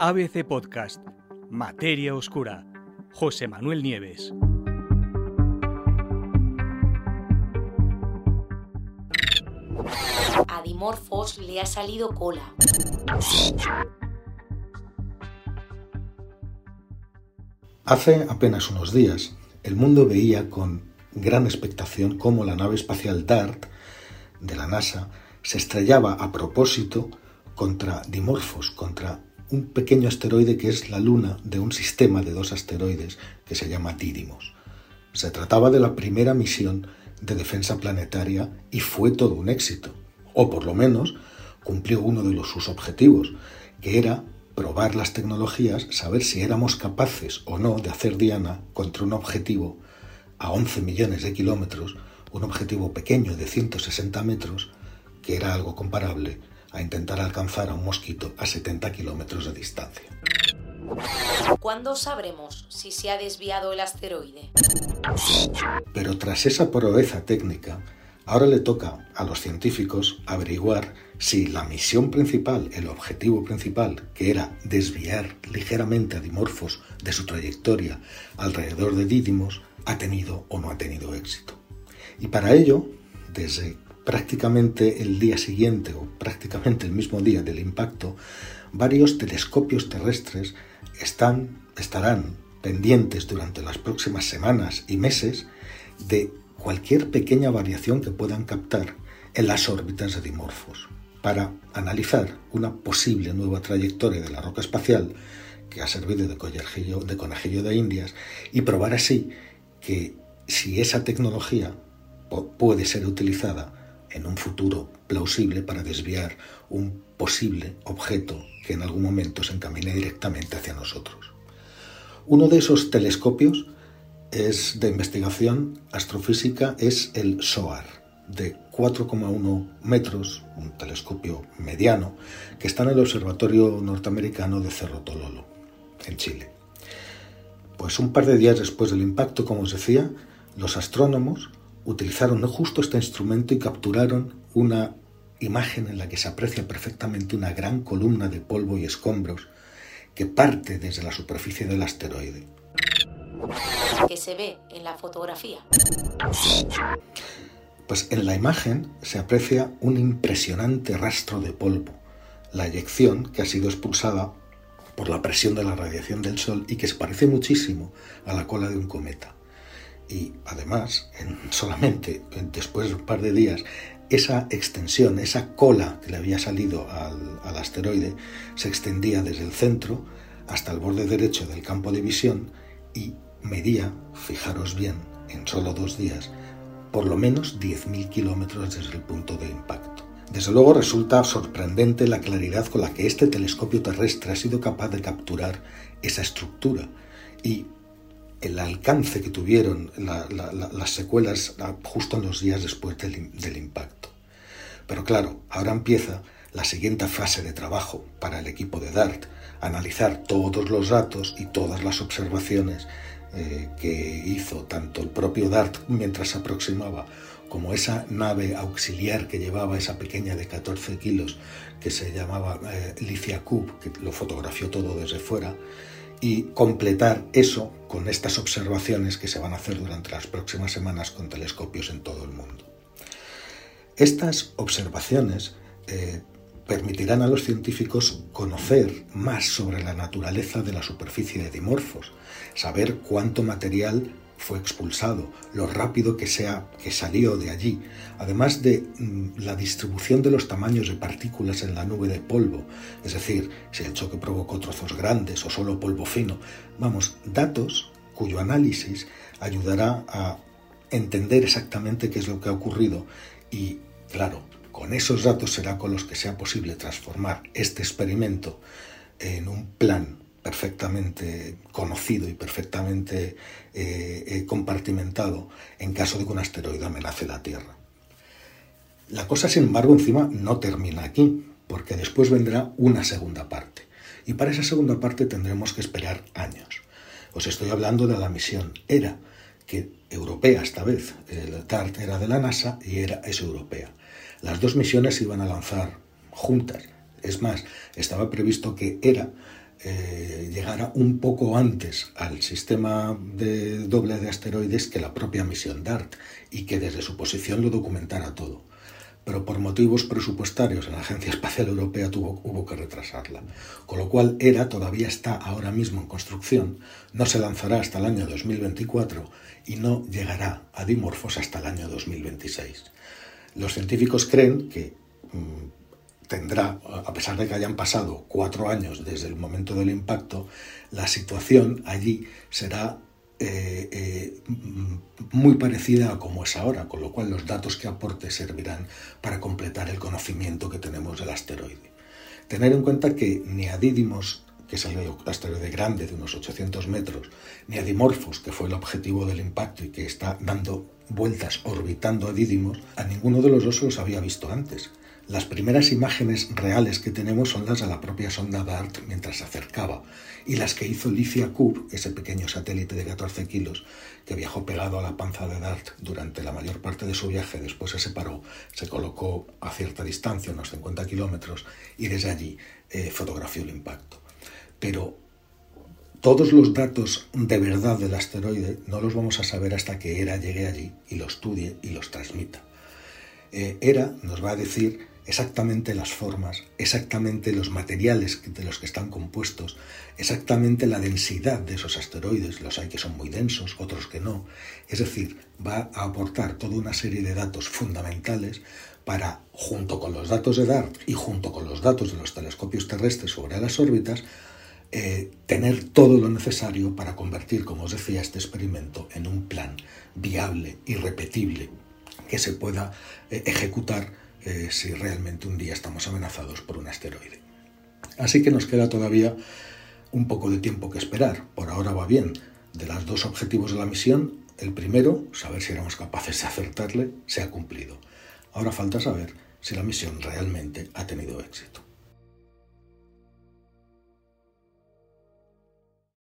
ABC Podcast, Materia Oscura, José Manuel Nieves. A Dimorphos le ha salido cola. Hace apenas unos días, el mundo veía con gran expectación cómo la nave espacial DART de la NASA se estrellaba a propósito contra Dimorphos, contra un pequeño asteroide que es la luna de un sistema de 2 asteroides que se llama Didymos. Se trataba de la primera misión de defensa planetaria y fue todo un éxito, o por lo menos cumplió uno de sus objetivos, que era probar las tecnologías, saber si éramos capaces o no de hacer diana contra un objetivo a 11 millones de kilómetros, un objetivo pequeño de 160 metros, que era algo comparable a intentar alcanzar a un mosquito a 70 kilómetros de distancia. ¿Cuándo sabremos si se ha desviado el asteroide? Pero tras esa proeza técnica, ahora le toca a los científicos averiguar si la misión principal, el objetivo principal, que era desviar ligeramente a Dimorphos de su trayectoria alrededor de Didymos, ha tenido o no ha tenido éxito. Y para ello, desde prácticamente el día siguiente o prácticamente el mismo día del impacto, varios telescopios terrestres estarán pendientes durante las próximas semanas y meses de cualquier pequeña variación que puedan captar en las órbitas de Dimorphos para analizar una posible nueva trayectoria de la roca espacial que ha servido de conejillo de Indias y probar así que si esa tecnología puede ser utilizada en un futuro plausible para desviar un posible objeto que en algún momento se encamine directamente hacia nosotros. Uno de esos telescopios de investigación astrofísica es el SOAR, de 4,1 metros, un telescopio mediano, que está en el Observatorio Norteamericano de Cerro Tololo, en Chile. Pues un par de días después del impacto, como os decía, los astrónomos utilizaron justo este instrumento y capturaron una imagen en la que se aprecia perfectamente una gran columna de polvo y escombros que parte desde la superficie del asteroide. ¿Qué se ve en la fotografía? Pues en la imagen se aprecia un impresionante rastro de polvo, la eyección que ha sido expulsada por la presión de la radiación del Sol y que se parece muchísimo a la cola de un cometa. Y además, solamente después de un par de días, esa extensión, esa cola que le había salido al asteroide, se extendía desde el centro hasta el borde derecho del campo de visión y medía, fijaros bien, en solo 2 días, por lo menos 10.000 kilómetros desde el punto de impacto. Desde luego resulta sorprendente la claridad con la que este telescopio terrestre ha sido capaz de capturar esa estructura y el alcance que tuvieron las secuelas justo en los días después del impacto. Pero claro, ahora empieza la siguiente fase de trabajo para el equipo de DART, analizar todos los datos y todas las observaciones que hizo tanto el propio DART mientras se aproximaba, como esa nave auxiliar que llevaba esa pequeña de 14 kilos que se llamaba Lithia Cube, que lo fotografió todo desde fuera, y completar eso con estas observaciones que se van a hacer durante las próximas semanas con telescopios en todo el mundo. Estas observaciones permitirán a los científicos conocer más sobre la naturaleza de la superficie de Dimorphos, saber cuánto material fue expulsado, lo rápido que salió de allí, además de la distribución de los tamaños de partículas en la nube de polvo, es decir, si el choque provocó trozos grandes o solo polvo fino. Datos cuyo análisis ayudará a entender exactamente qué es lo que ha ocurrido y, claro, con esos datos será con los que sea posible transformar este experimento en un plan perfectamente conocido y perfectamente compartimentado en caso de que un asteroide amenace la Tierra. La cosa, sin embargo, encima no termina aquí, porque después vendrá una segunda parte. Y para esa segunda parte tendremos que esperar años. Os estoy hablando de la misión ERA, que europea esta vez. El DART era de la NASA y ERA es europea. Las 2 misiones se iban a lanzar juntas. Es más, estaba previsto que ERA llegara un poco antes al sistema doble de asteroides que la propia misión DART y que desde su posición lo documentara todo. Pero por motivos presupuestarios en la Agencia Espacial Europea hubo que retrasarla. Con lo cual ERA todavía está ahora mismo en construcción, no se lanzará hasta el año 2024 y no llegará a Dimorphos hasta el año 2026. Los científicos creen que tendrá, a pesar de que hayan pasado 4 años desde el momento del impacto, la situación allí será muy parecida a como es ahora, con lo cual los datos que aporte servirán para completar el conocimiento que tenemos del asteroide. Tener en cuenta que ni a Didymos, que es el asteroide grande de unos 800 metros, ni a Dimorphos, que fue el objetivo del impacto y que está dando vueltas orbitando a Didymos, a ninguno de los dos se los había visto antes. Las primeras imágenes reales que tenemos son las de la propia sonda DART mientras se acercaba, y las que hizo Lithia Cube, ese pequeño satélite de 14 kilos que viajó pegado a la panza de DART durante la mayor parte de su viaje. Después se separó, se colocó a cierta distancia, unos 50 kilómetros, y desde allí fotografió el impacto. Pero todos los datos de verdad del asteroide no los vamos a saber hasta que ERA llegue allí y lo estudie y los transmita. ERA nos va a decir exactamente las formas, exactamente los materiales de los que están compuestos, exactamente la densidad de esos asteroides. Los hay que son muy densos, otros que no. Es decir, va a aportar toda una serie de datos fundamentales para, junto con los datos de DART y junto con los datos de los telescopios terrestres sobre las órbitas, tener todo lo necesario para convertir, como os decía, este experimento en un plan viable y repetible que se pueda ejecutar si realmente un día estamos amenazados por un asteroide. Así que nos queda todavía un poco de tiempo que esperar. Por ahora va bien. De los 2 objetivos de la misión, el primero, saber si éramos capaces de acertarle, se ha cumplido. Ahora falta saber si la misión realmente ha tenido